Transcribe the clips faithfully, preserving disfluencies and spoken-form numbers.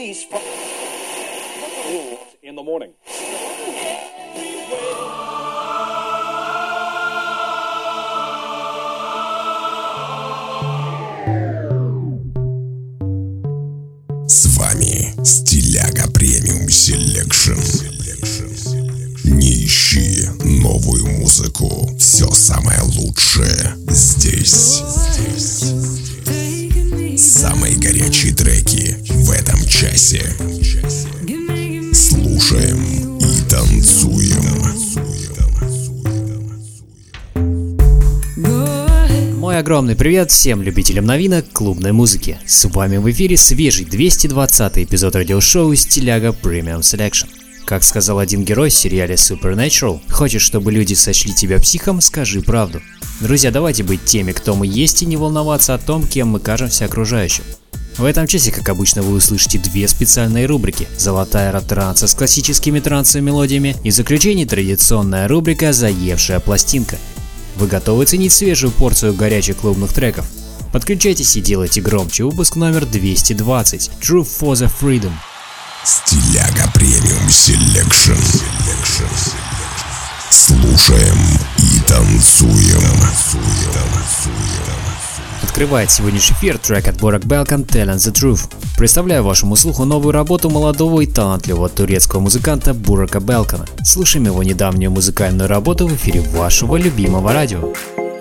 release from in the morning. С вами Стиляга Премиум Селекшн. Не ищи новую музыку, все самое лучшее здесь. Самые горячие треки в этом часе. Слушаем и танцуем. Мой огромный привет всем любителям новинок клубной музыки. С вами в эфире свежий двести двадцатый эпизод радиошоу Стиляга Premium Selection. Как сказал один герой в сериале Supernatural: хочешь, чтобы люди сочли тебя психом, скажи правду. Друзья, давайте быть теми, кто мы есть, и не волноваться о том, кем мы кажемся окружающим. В этом часе, как обычно, вы услышите две специальные рубрики: золотая ротранса с классическими трансовыми мелодиями и в заключении традиционная рубрика «Заевшая пластинка». Вы готовы ценить свежую порцию горячих клубных треков? Подключайтесь и делайте громче. Выпуск номер двести двадцать. True for the Freedom. Стиляга Премиум Селекшн. Слушаем и танцуем. Открывает сегодняшний эфир трек от Burak Belkan Telling the Truth. Представляю вашему слуху новую работу молодого и талантливого турецкого музыканта Бурака Белкана. Слушаем его недавнюю музыкальную работу в эфире вашего любимого радио.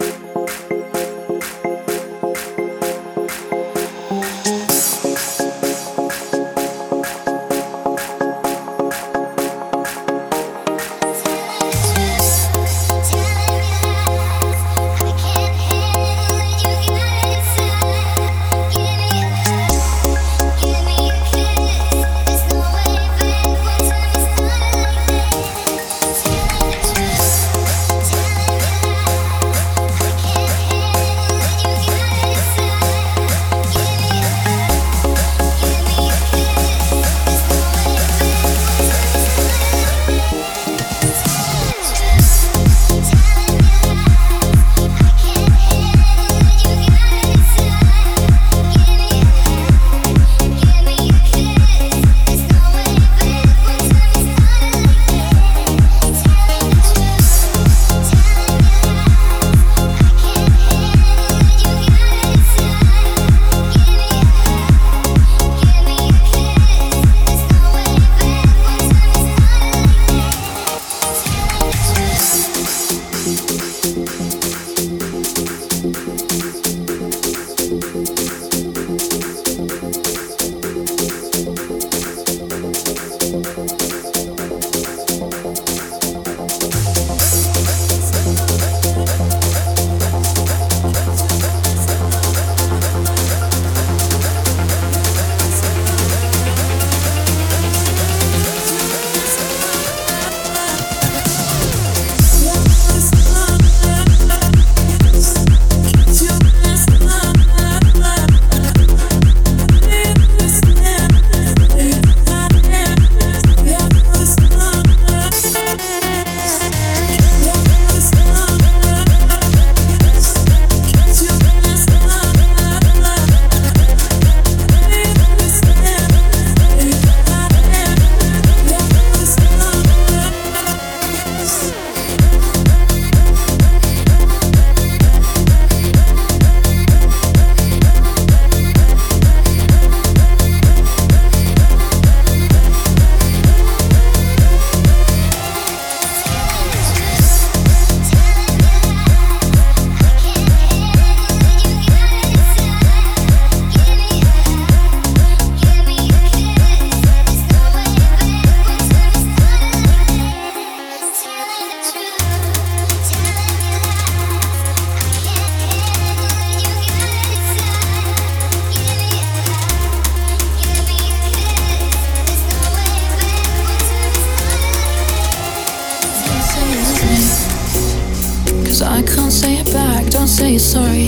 say you're sorry,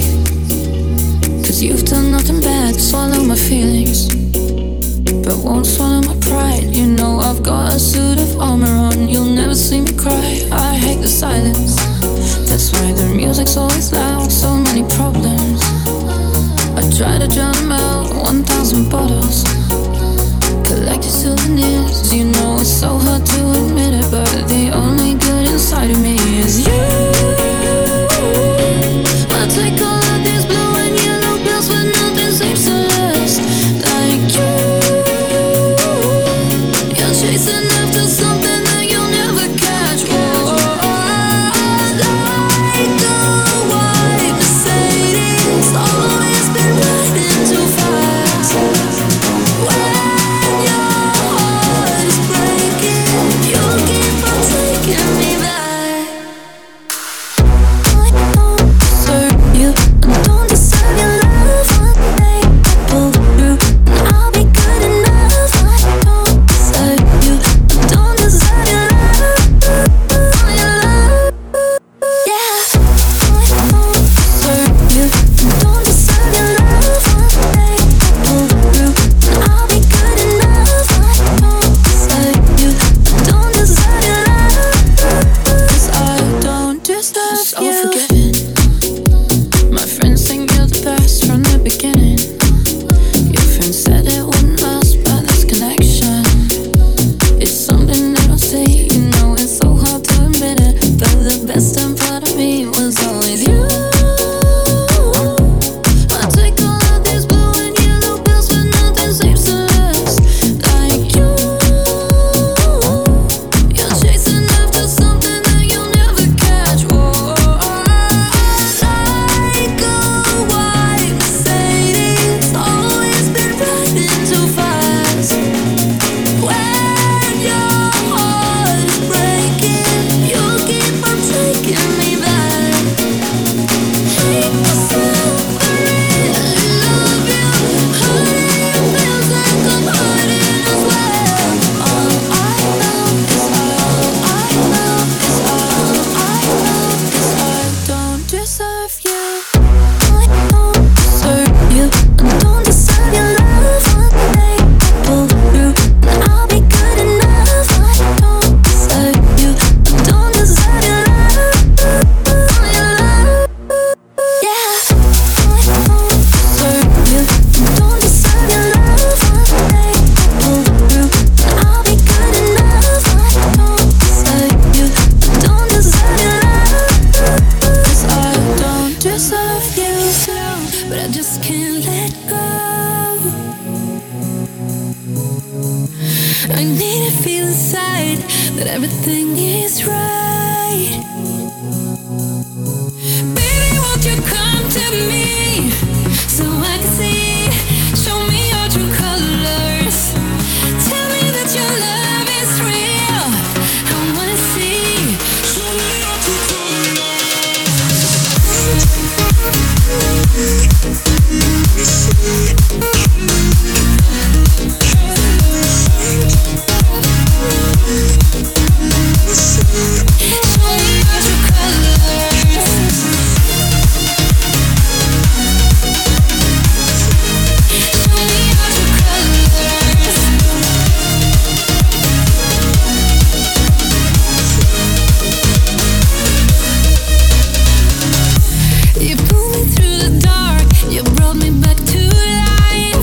cause you've done nothing bad. Swallow my feelings, but won't swallow my pride. You know I've got a suit of armor on, you'll never see me cry. I hate the silence, that's why the music's always loud. So many problems, I try to drown them out, one thousand bottles, something is. You know it's so hard to admit it, but the only good inside of me is you. I take all of these blue and yellow pills, but nothing seems to last like you. You're chasing after something that you'll never catch. Whoa. Like the white Mercedes, always been riding too fast. When your heart is breaking, you keep on taking me back. I don't deserve you, I don't deserve your love. One day I'll pull through and I'll be good enough. I don't deserve you, I don't deserve your love. Your love, yeah. I don't deserve you, I don't deserve your love. One day I'll pull through and I'll be good enough. I don't deserve you, I don't deserve your love. 'Cause I don't deserve you. So forgiving. My friends think you're the best from the beginning. Your friend said it wouldn't last, but this connection, it's something they don't see. You know it's so hard to admit it, though the best and part of me was always you. I take all of these blue and yellow pills, but nothing seems to last like you. You're chasing after something that you'll never catch. Whoa. Like a white Mercedes, always been riding too fast. When your heart is breaking, you keep on taking me back. Hate myself, I really love you. Hurting feels like I'm hurting as well. All I know is all I know is all I know is I don't deserve you. I don't deserve you, I don't deserve your love. One day I'll pull through and I'll be good enough. I don't deserve you, I don't deserve your love. Your love, yeah. I don't deserve you, I don't deserve your love. One day I'll pull through and I'll be good enough. I don't deserve you, I don't deserve your love. 'Cause I don't deserve you, but I just can't let go. I need to feel inside that everything is right. Baby, won't you come to me so I can see? Show me your true colors. Tell me that your love is real. I wanna see. Show me your true You pulled me through the dark, you brought me back to life.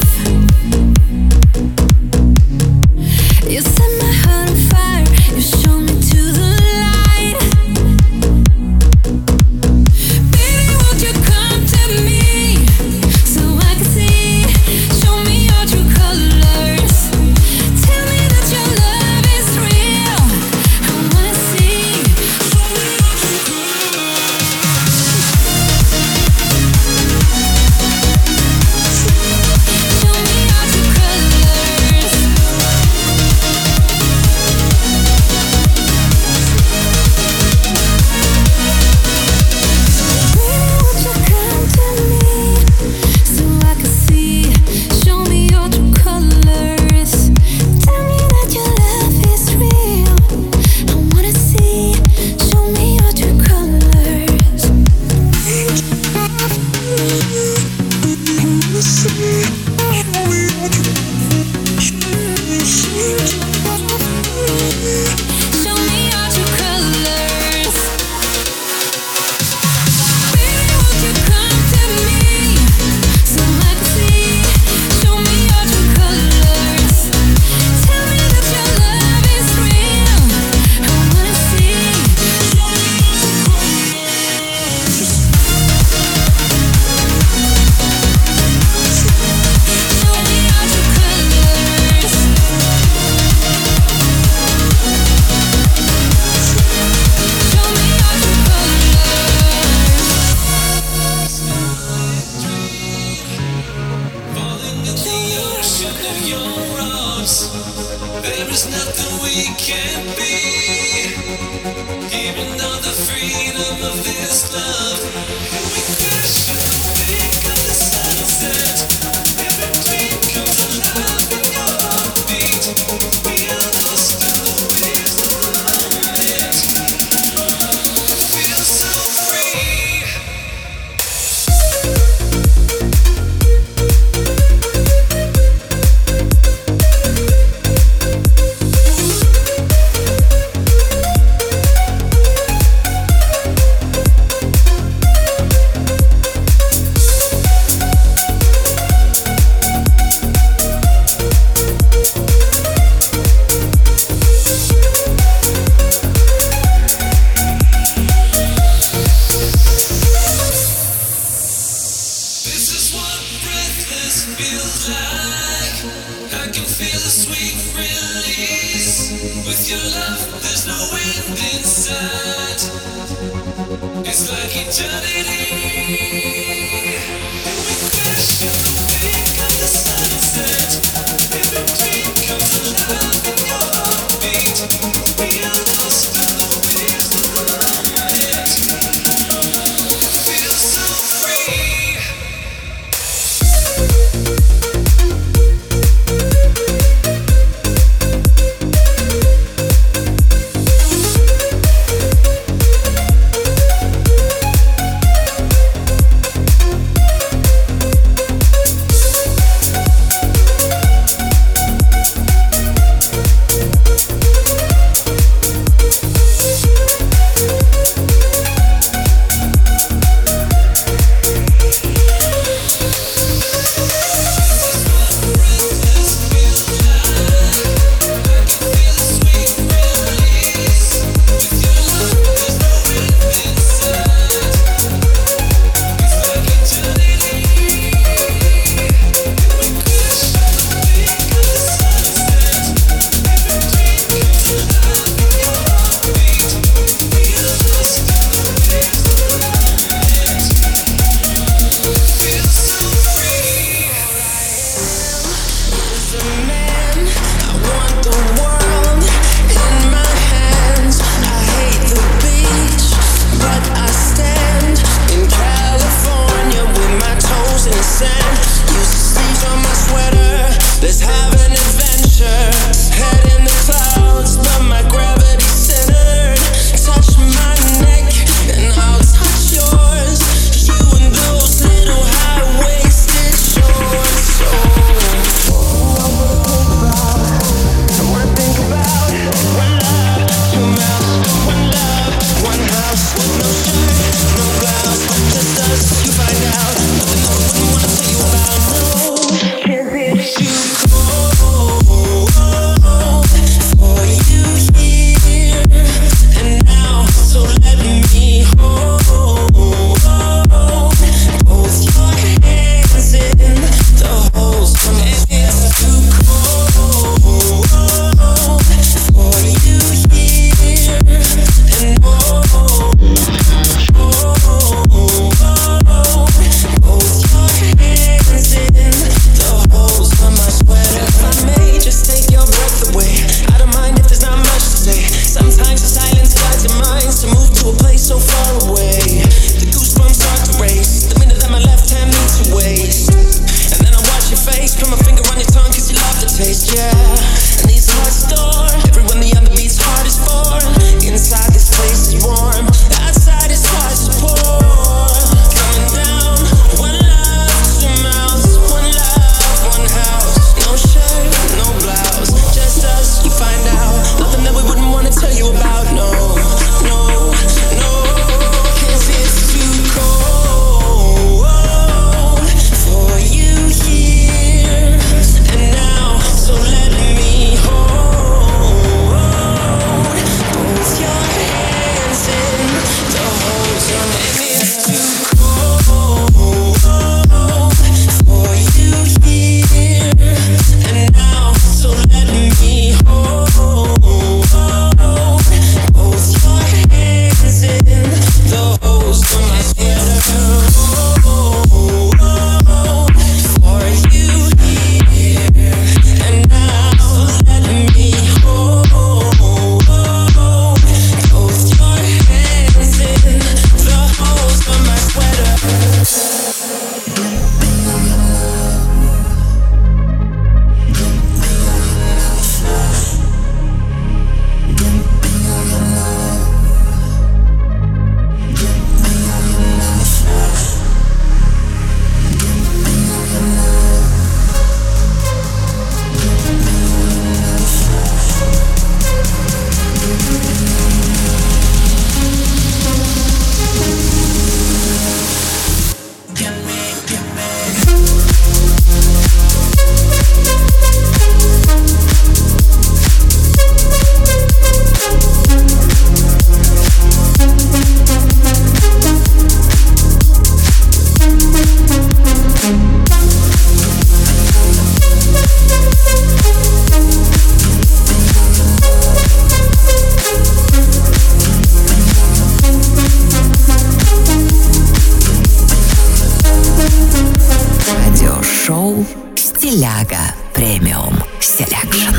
Стиляга Премиум Селекшн.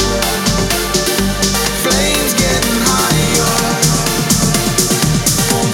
Flames getting higher.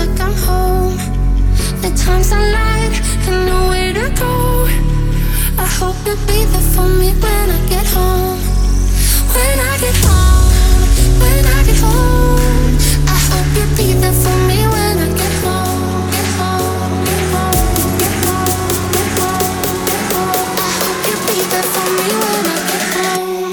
like I'm home. The times I lied and nowhere to go. I hope you'll be there for me when I get home. When I get home, when I get home, I hope you'll be there for me when I get home. Get home, get home, get home, get home, get home. I hope you'll be there for me when I get home.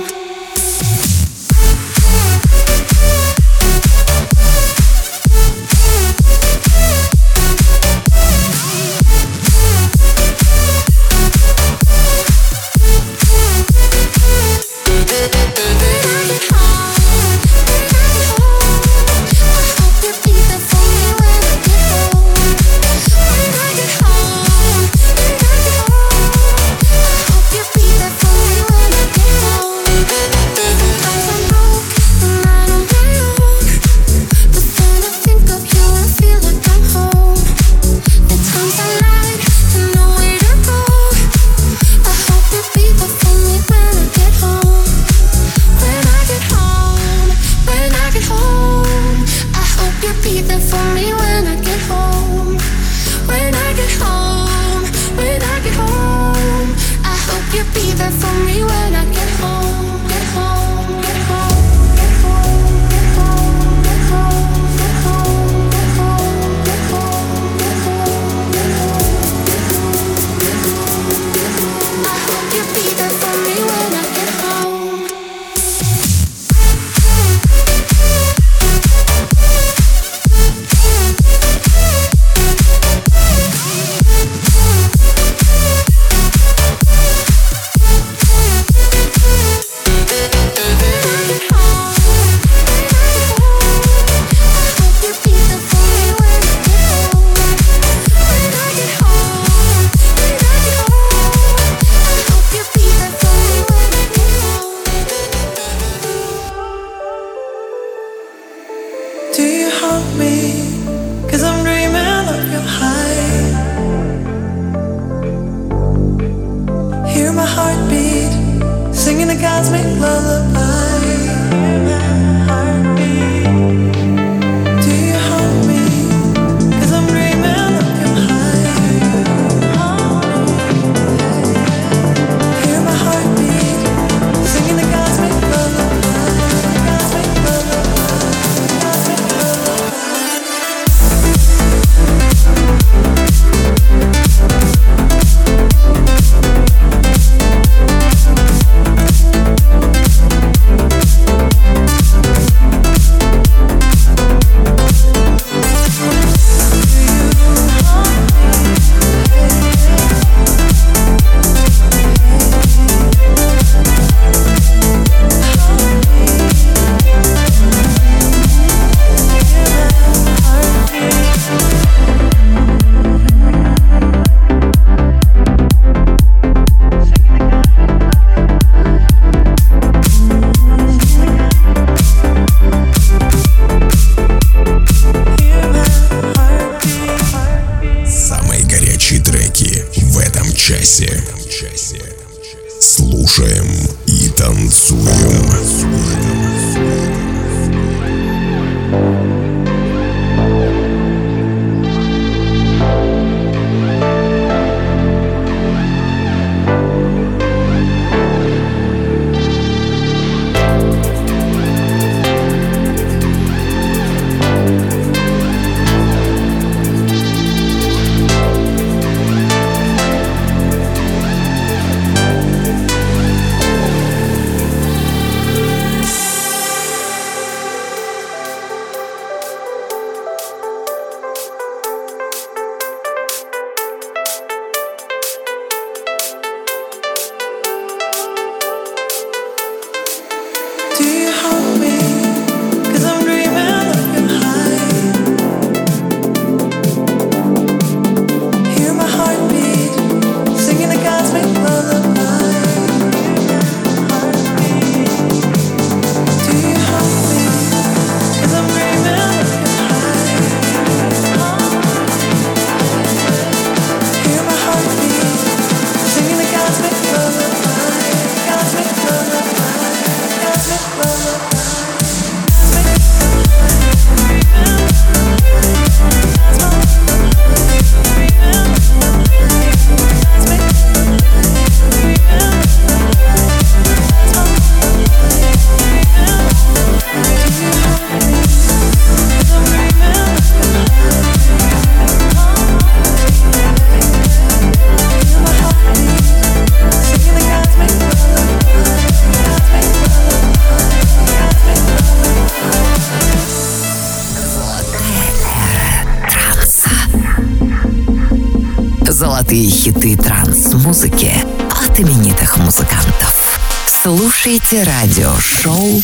Золотые хиты транс-музыки от именитых музыкантов. Слушайте радиошоу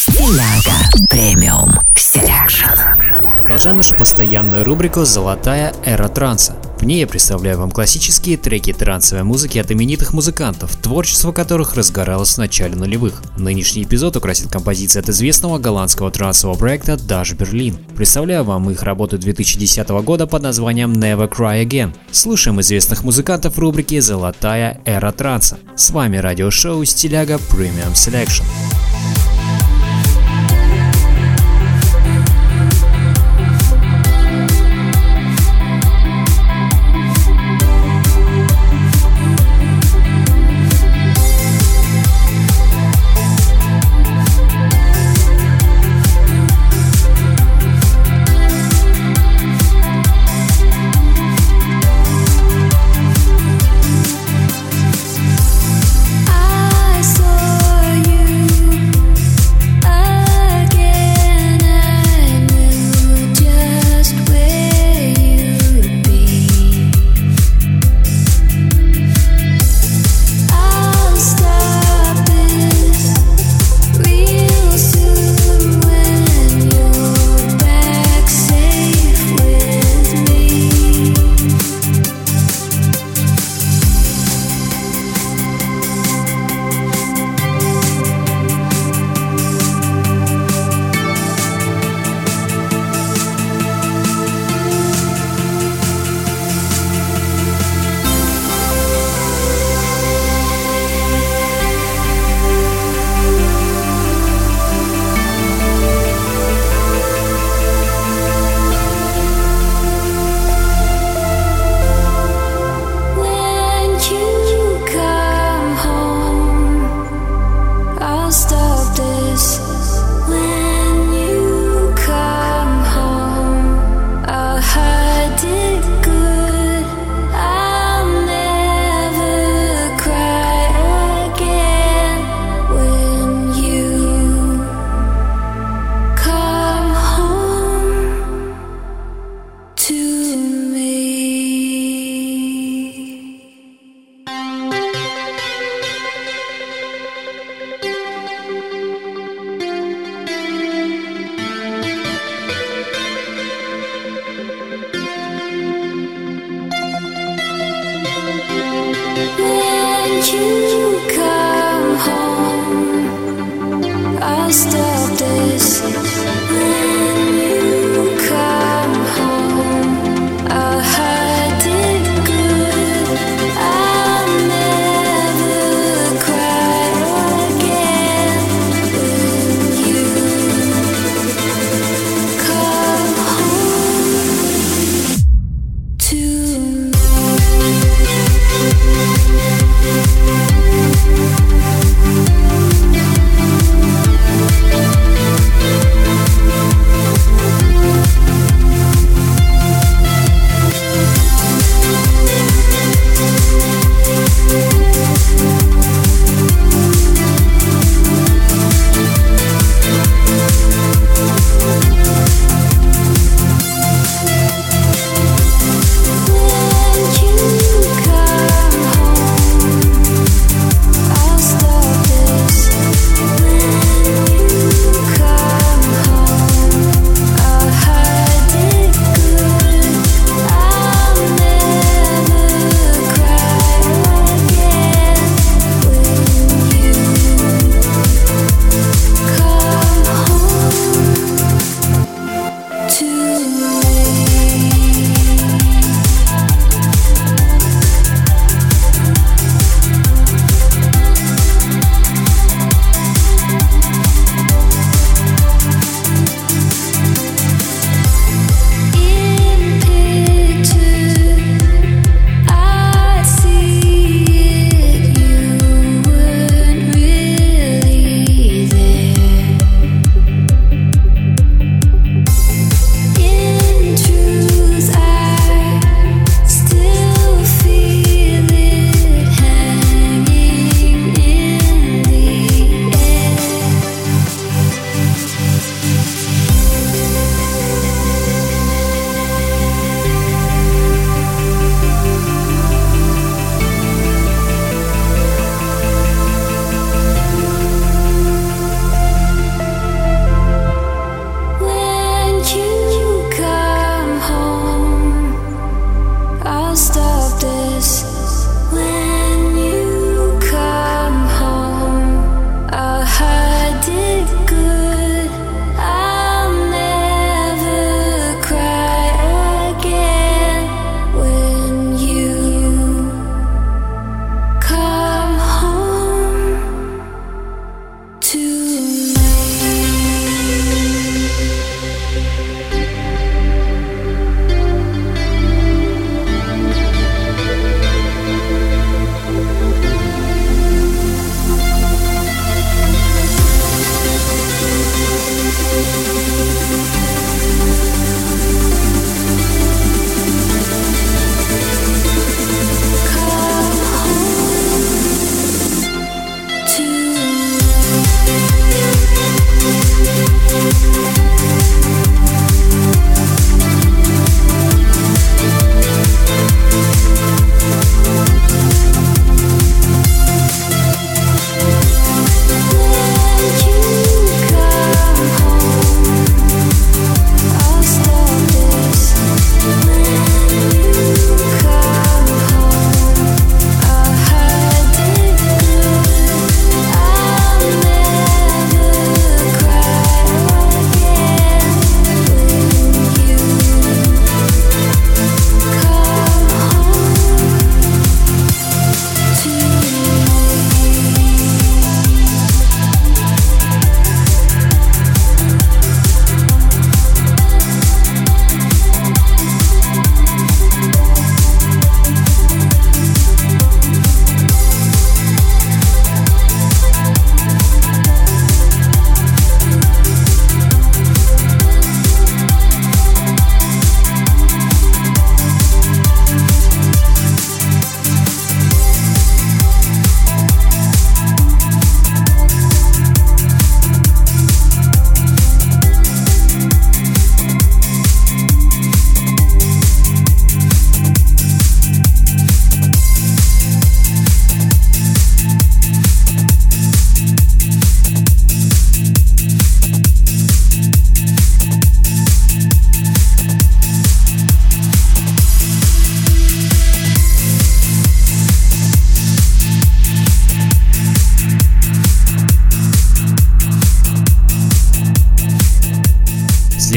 «Стиляга Премиум Селекшн». Продолжаем нашу постоянную рубрику «Золотая эра транса». В ней я представляю вам классические треки трансовой музыки от именитых музыкантов, творчество которых разгоралось в начале нулевых. Нынешний эпизод украсит композиция от известного голландского трансового проекта Dash Berlin. Представляю вам их работу две тысячи десятого года под названием Never Cry Again. Слушаем известных музыкантов в рубрике «Золотая эра транса». С вами радиошоу «Стиляга Премиум Селекшн». To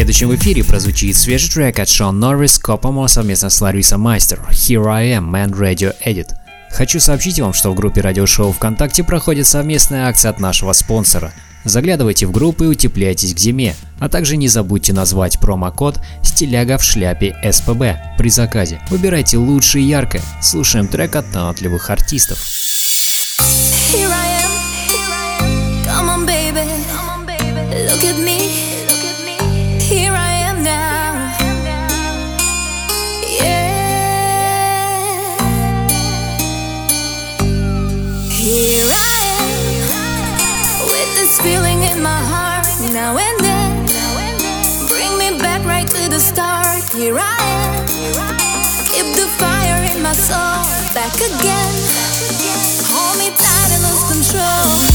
следующем в эфире прозвучит свежий трек от Шон Норрис Копомо совместно с Ларисой Майстер «Here I Am Man Radio Edit». Хочу сообщить вам, что в группе радиошоу ВКонтакте проходит совместная акция от нашего спонсора. Заглядывайте в группу и утепляйтесь к зиме, а также не забудьте назвать промокод «Стиляга в шляпе эс пэ бэ» при заказе. Выбирайте лучшее и яркое. Слушаем трек от талантливых артистов. Here I am. Come on, baby. Look at me. Here I am now. Yeah. Here I am with this feeling in my heart. Now and then, bring me back right to the start. Here I am. Keep the fire in my soul. Back again. Hold me tight and lose control.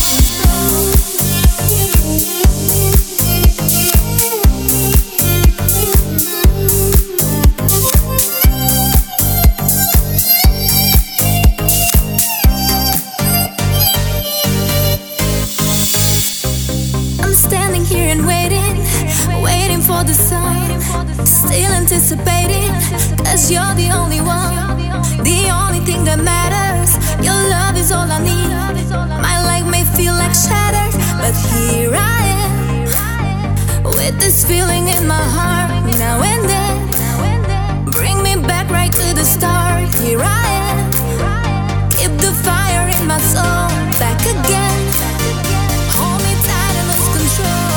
I'm standing here and waiting, waiting for the sun. Still anticipating, cause you're the only one, the only thing that matters. Your love is all I need. My life may feel like shattered, but here I am with this feeling in my heart. Now and then, bring me back right to the start. Here I am, keep the fire in my soul. Back again, hold me tight and lose control.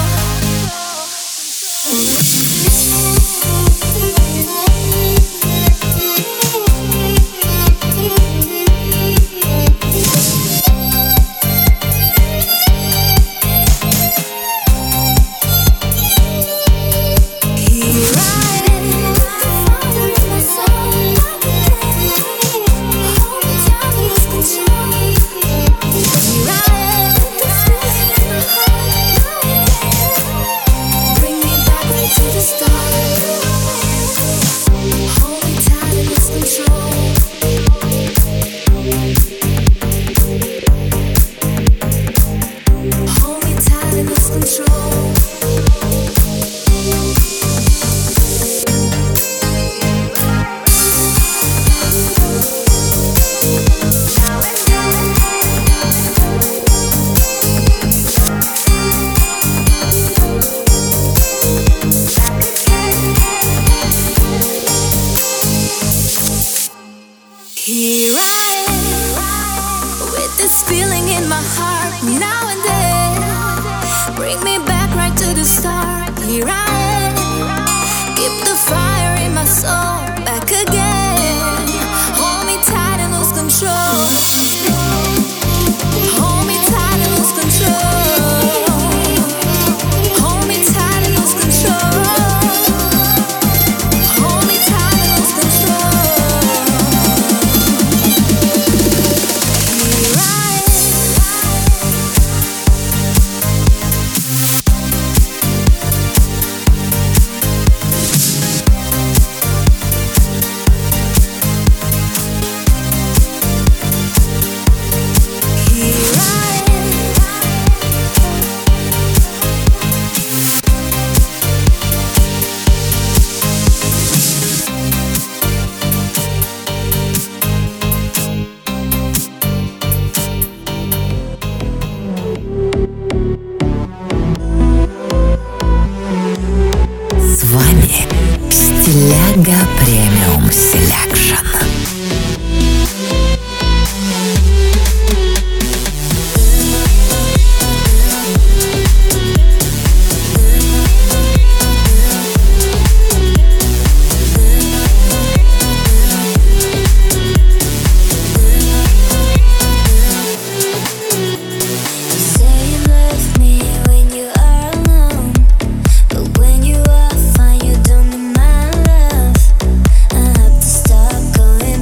Стиляга Премиум Селекшн. Going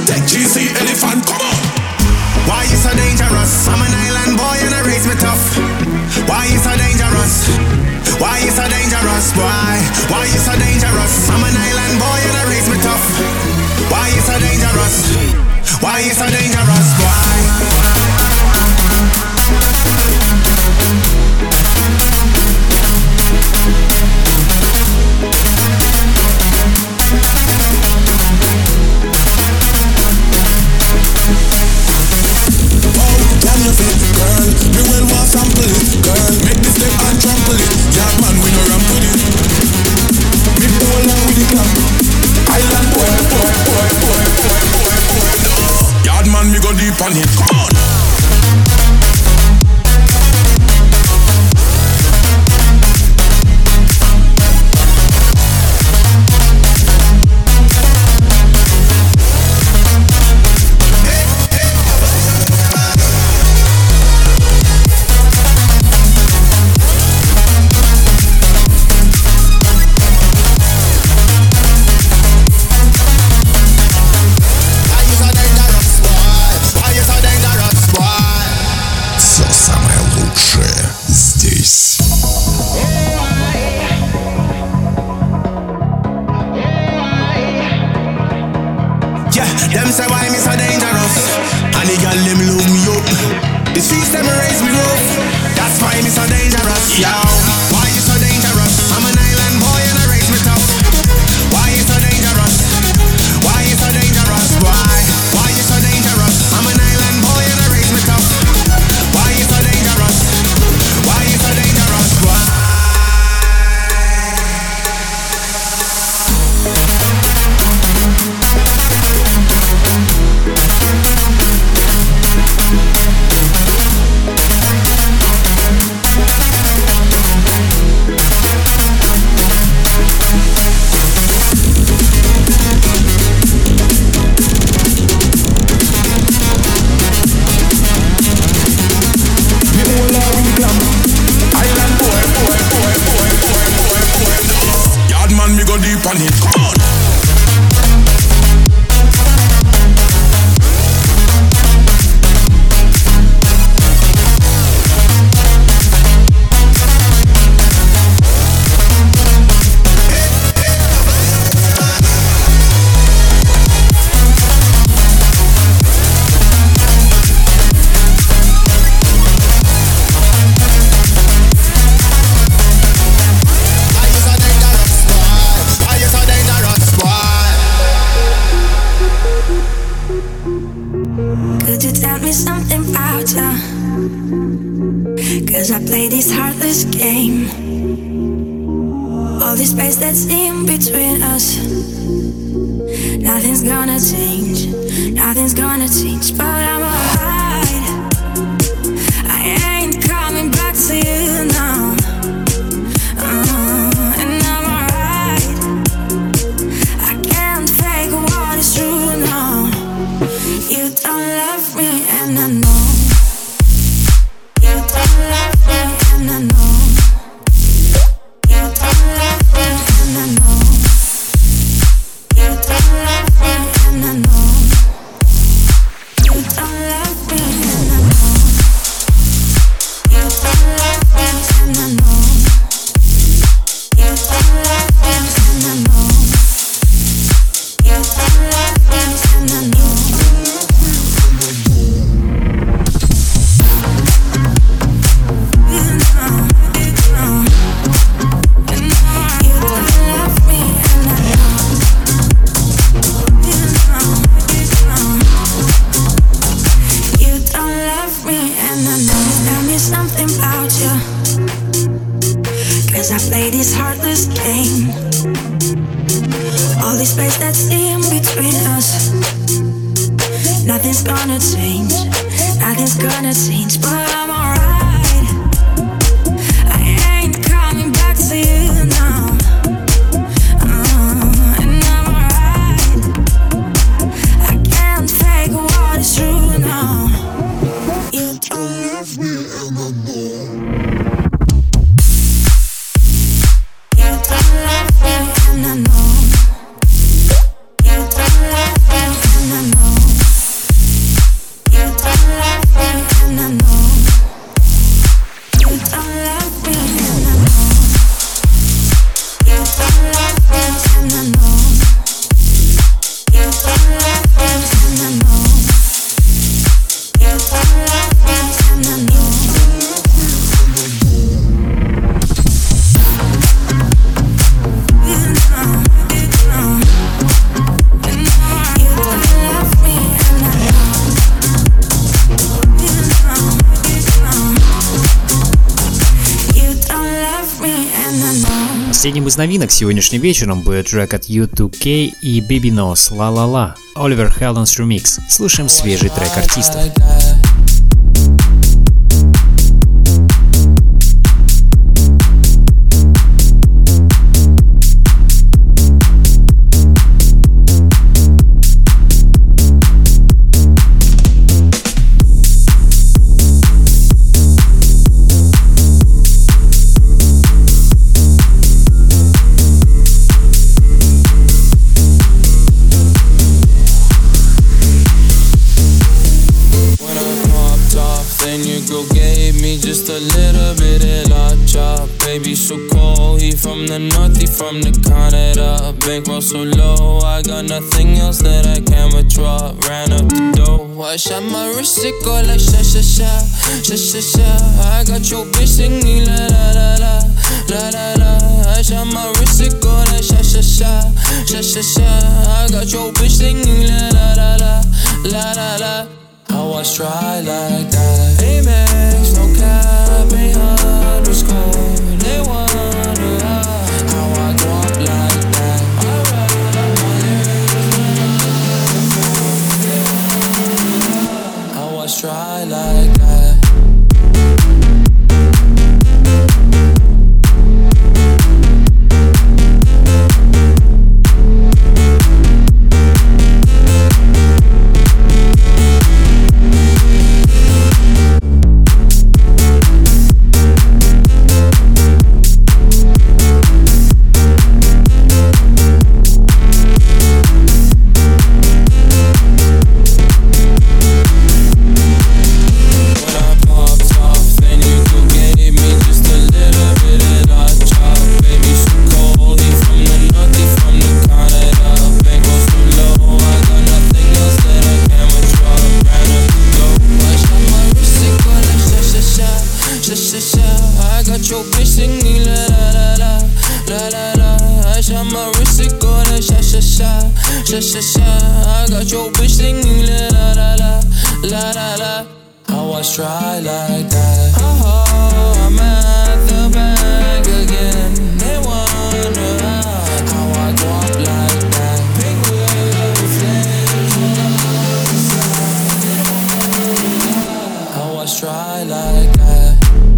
protect G C elephant, come on. Why you so dangerous? I'm an island boy and I raise me tough. Why you so dangerous? Why you so dangerous? Why? Why you so dangerous? I'm an island boy and I raise me tough. Why you so dangerous? Why you so dangerous? Why? Girl, me well want sample it. Girl, make me step and trample it. Yard man, we no ramp with it. Me pull along with the clock. Island boy, boy, boy, boy, boy, boy, boy, no. Yard man, me go deep on it. Come on. Them say why me so dangerous, and the girl them love me up. The streets them raise me rough. That's why me so dangerous. Yo, why you so dangerous? I'm an island boy and I raise me tough. Why you so dangerous? Why you so dangerous? Why? Why you so dangerous? I'm an island boy and I raise me tough. Why you so dangerous? Why you so dangerous? Why? On it, come on. Cause I play this heartless game. All this space that's in between us, nothing's gonna change, nothing's gonna change. But I'm alright, I ain't coming back to you now. uh, And I'm alright, I can't fake what is true now. You don't love me and I know. I play this heartless game. All this space that's in between us, nothing's gonna change, nothing's gonna change. But I'm alright, I ain't coming back to you now. uh, And I'm alright, I can't fake what is true now. You don't love me anymore. And I know, you don't love me, and I know. Последним из новинок сегодняшним вечером будет трек от ю ту кей и Baby Knows La La La, Оливер Хелденс ремикс. Слушаем свежий трек артистов. Just a little bit of la chop. Baby so cold, he from the north, he from the Canada. Bankroll so low, I got nothing else that I can withdraw. Ran up the dough, I shot my wrist, it go like sha sha sha, sha sha sha. I got your bitch singing la la la la, la la la. I shot my wrist, it go like sha sha sha, sha sha sha. I got your bitch singing la la la la, la la la. I was try like that. Amex, no cap, ain't underscore. They wonder how, how I go up like that. I was try like that. I got your bitch singing la la la la la la. I was try like that. Oh, I'm at the bank again. They wonder how, how I go up like that. Big wheel flames. I was try like that.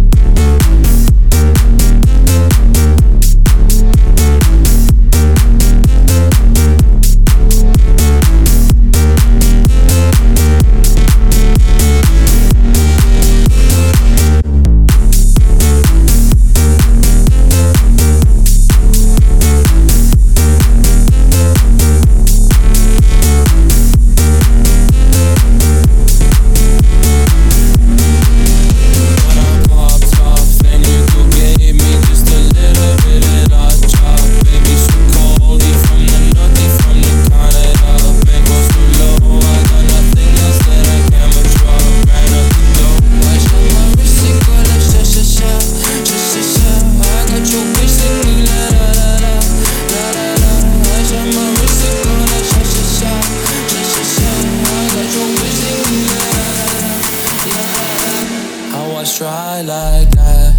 Try like that.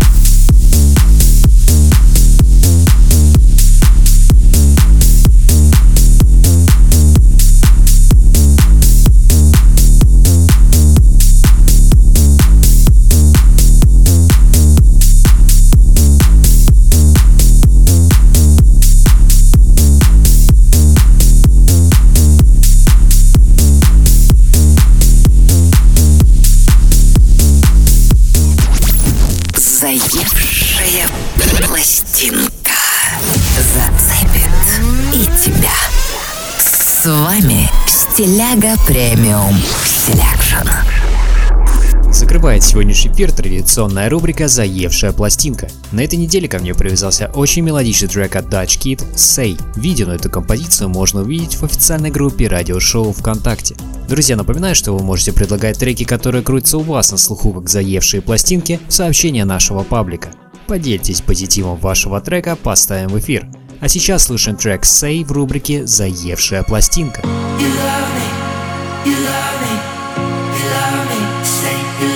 Заевшая пластинка зацепит и тебя. С вами Стиляга Премиум Селекшн. Закрывает сегодняшний эфир традиционная рубрика «Заевшая пластинка». На этой неделе ко мне привязался очень мелодичный трек от Dutch Kid «Say». Видео на эту композицию можно увидеть в официальной группе радиошоу ВКонтакте. Друзья, напоминаю, что вы можете предлагать треки, которые крутятся у вас на слуху как заевшие пластинки, в сообщения нашего паблика. Поделитесь позитивом вашего трека, поставим в эфир. А сейчас слушаем трек «Say» в рубрике «Заевшая пластинка».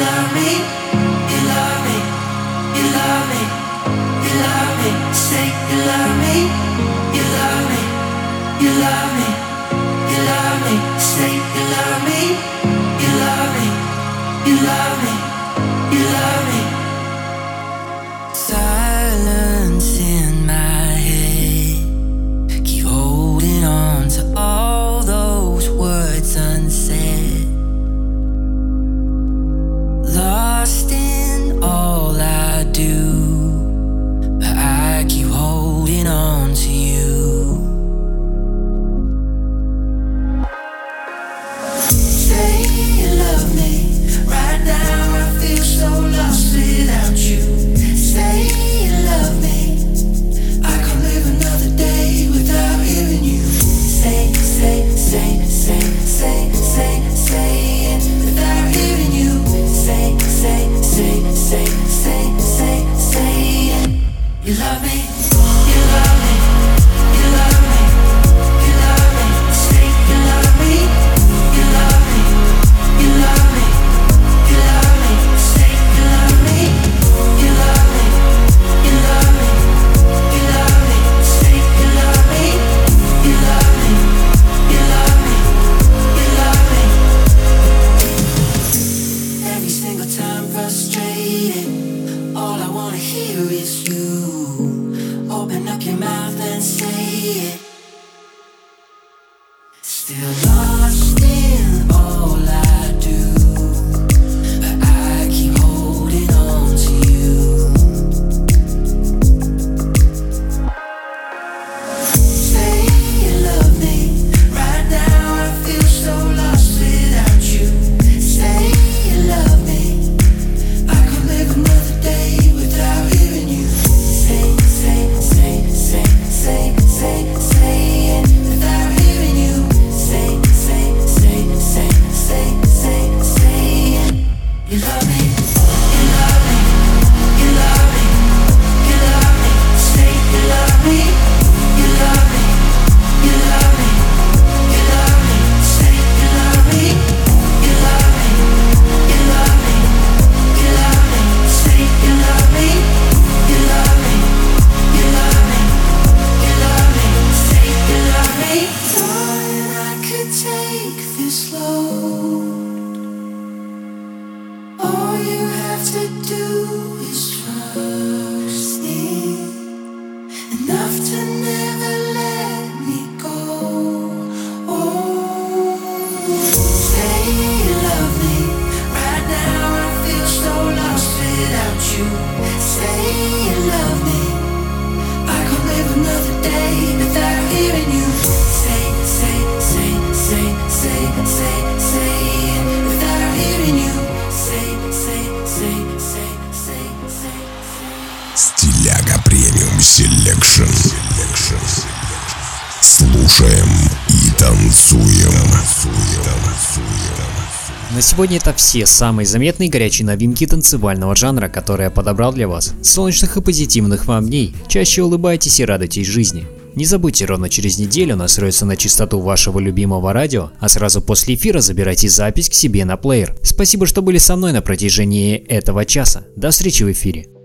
You love me, you love me, you love me, say you love me, you love me, you love me, you love me. Say you love me, you love me, you love me, you love me. Silence in my head, keep holding on to all those words unsaid. Lost in all I do, but I keep holding on to you. Say you love me, right now I feel so lost without you. Say you love me, I can't live another day without hearing you. Say, say, say, say, say, say, say it without hearing you. Say, say, say, say, say, say, say it. You love me, you love me, you love me, you love me. Say you love me, you love me, you love me, you love me. Say you love me, you love me, you love me, you love me. Say you love me, you love me, you love me, you love me. Every single time frustrated, all I wanna hear is you. Open up your mouth and say it. Still lost in all I do, but I keep holding on to you. Say you love me, right now I feel so lost without you. Say you love me, I can't live another day without hearing you. Say, say, say, say, say, say, say it without hearing you. Say, say, say, say, say, say, say it. You love me, you love me, you love me, you love me. Say you love me, you love me, you love me, you love me. Say you love me, you love me, you love me, you love me. Say you love me, you love me, you love me, you love me. Say you love me. Darling, I could take this load. All you have to do is trust me enough to never let me go. Oh, say you love me, right now I feel so lost without you. Say you love me, I can't live another day without hearing you. Say, say, say, say, say, say, say it without hearing you. Say, say, say, say, say, say, say. Стиляга премиум селекшн. Слушаем и танцуем. На сегодня это все самые заметные и горячие новинки танцевального жанра, которые я подобрал для вас. Солнечных и позитивных вам дней. Чаще улыбайтесь и радуйтесь жизни. Не забудьте, ровно через неделю настроиться на частоту вашего любимого радио, а сразу после эфира забирайте запись к себе на плеер. Спасибо, что были со мной на протяжении этого часа. До встречи в эфире.